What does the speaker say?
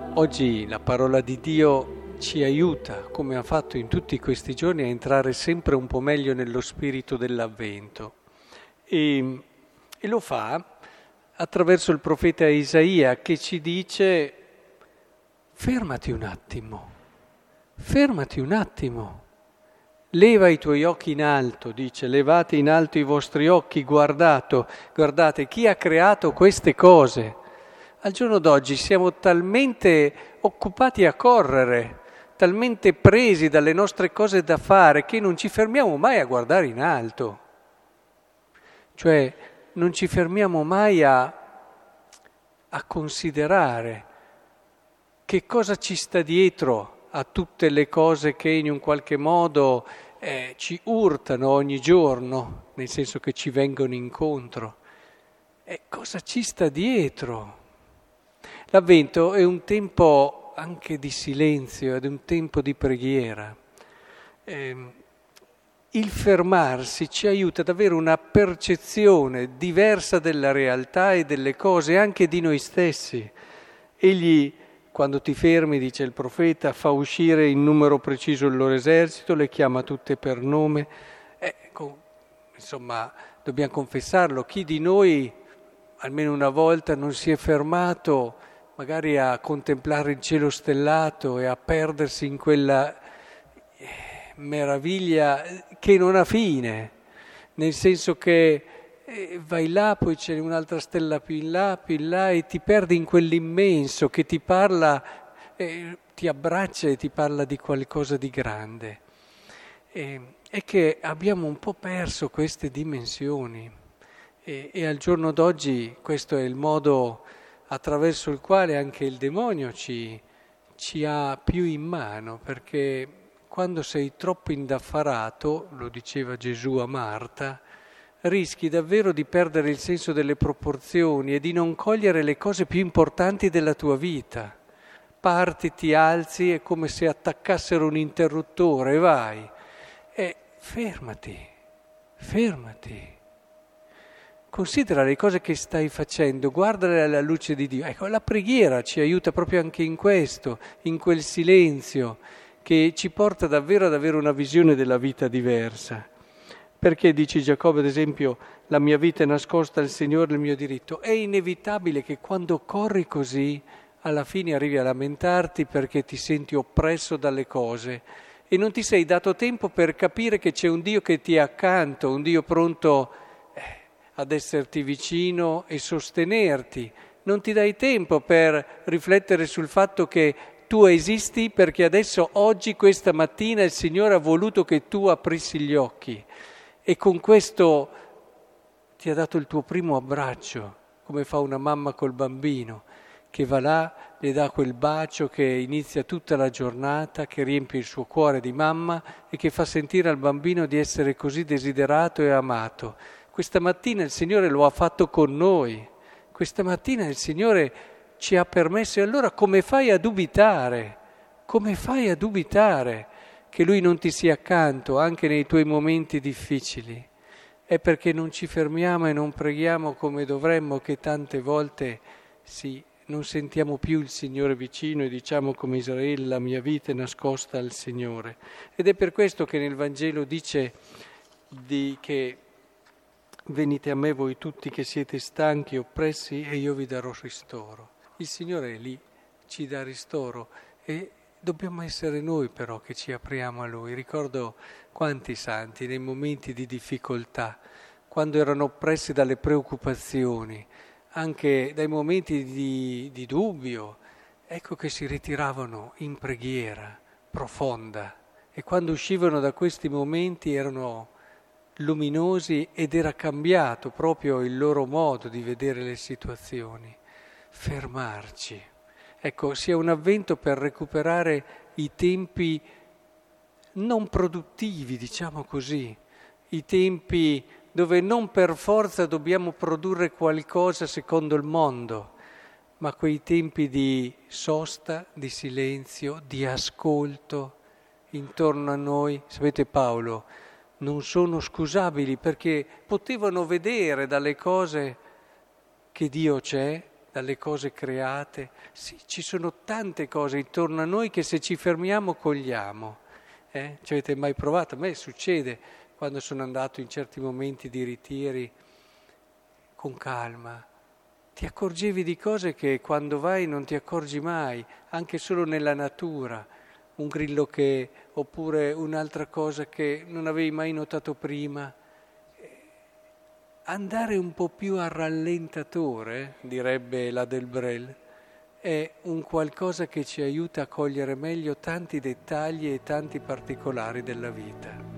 Oggi la parola di Dio ci aiuta, come ha fatto in tutti questi giorni, a entrare sempre un po' meglio nello spirito dell'Avvento. E lo fa attraverso il profeta Isaia che ci dice: fermati un attimo, leva i tuoi occhi in alto, dice, levate in alto i vostri occhi, guardate chi ha creato queste cose. Al giorno d'oggi siamo talmente occupati a correre, talmente presi dalle nostre cose da fare, che non ci fermiamo mai a guardare in alto. Cioè non ci fermiamo mai a considerare che cosa ci sta dietro a tutte le cose che in un qualche modo ci urtano ogni giorno, nel senso che ci vengono incontro. Cosa ci sta dietro? L'Avvento è un tempo anche di silenzio, ed è un tempo di preghiera. Il fermarsi ci aiuta ad avere una percezione diversa della realtà e delle cose, anche di noi stessi. Egli, quando ti fermi, dice il profeta, fa uscire in numero preciso il loro esercito, le chiama tutte per nome. Insomma, dobbiamo confessarlo, chi di noi almeno una volta non si è fermato magari a contemplare il cielo stellato e a perdersi in quella meraviglia che non ha fine, nel senso che vai là, poi c'è un'altra stella più in là e ti perdi in quell'immenso che ti parla, ti abbraccia e ti parla di qualcosa di grande. È che abbiamo un po' perso queste dimensioni e al giorno d'oggi questo è il modo attraverso il quale anche il demonio ci ha più in mano, perché quando sei troppo indaffarato, lo diceva Gesù a Marta, rischi davvero di perdere il senso delle proporzioni e di non cogliere le cose più importanti della tua vita. Parti, ti alzi, è come se attaccassero un interruttore e vai. Fermati. Considera le cose che stai facendo, guardale alla luce di Dio. Ecco, la preghiera ci aiuta proprio anche in questo, in quel silenzio che ci porta davvero ad avere una visione della vita diversa. Perché dice Giacobbe, ad esempio, la mia vita è nascosta al Signore, il mio diritto. È inevitabile che quando corri così, alla fine arrivi a lamentarti perché ti senti oppresso dalle cose e non ti sei dato tempo per capire che c'è un Dio che ti è accanto, un Dio pronto ad esserti vicino e sostenerti. Non ti dai tempo per riflettere sul fatto che tu esisti perché adesso, oggi, questa mattina, il Signore ha voluto che tu aprissi gli occhi e con questo ti ha dato il tuo primo abbraccio, come fa una mamma col bambino, che va là, le dà quel bacio che inizia tutta la giornata, che riempie il suo cuore di mamma e che fa sentire al bambino di essere così desiderato e amato. Questa mattina il Signore lo ha fatto con noi, questa mattina il Signore ci ha permesso, e allora come fai a dubitare? Come fai a dubitare che Lui non ti sia accanto anche nei tuoi momenti difficili? È perché non ci fermiamo e non preghiamo come dovremmo che tante volte non sentiamo più il Signore vicino e diciamo come Israele: la mia vita è nascosta al Signore. Ed è per questo che nel Vangelo dice che venite a me voi tutti che siete stanchi e oppressi e io vi darò ristoro. Il Signore è lì, ci dà ristoro e dobbiamo essere noi però che ci apriamo a Lui. Ricordo quanti santi nei momenti di difficoltà, quando erano oppressi dalle preoccupazioni, anche dai momenti di dubbio, ecco che si ritiravano in preghiera profonda e quando uscivano da questi momenti erano luminosi ed era cambiato proprio il loro modo di vedere le situazioni. Fermarci. Ecco, sia un avvento per recuperare i tempi non produttivi, diciamo così, i tempi dove non per forza dobbiamo produrre qualcosa secondo il mondo, ma quei tempi di sosta, di silenzio, di ascolto intorno a noi. Sapete, Paolo, non sono scusabili perché potevano vedere dalle cose che Dio c'è, dalle cose create. Sì, ci sono tante cose intorno a noi che se ci fermiamo cogliamo. Ci avete mai provato? A me succede quando sono andato in certi momenti di ritiri con calma. Ti accorgevi di cose che quando vai non ti accorgi mai, anche solo nella natura. Un grillo oppure un'altra cosa che non avevi mai notato prima. Andare un po' più a rallentatore, direbbe la Delbrel, è un qualcosa che ci aiuta a cogliere meglio tanti dettagli e tanti particolari della vita.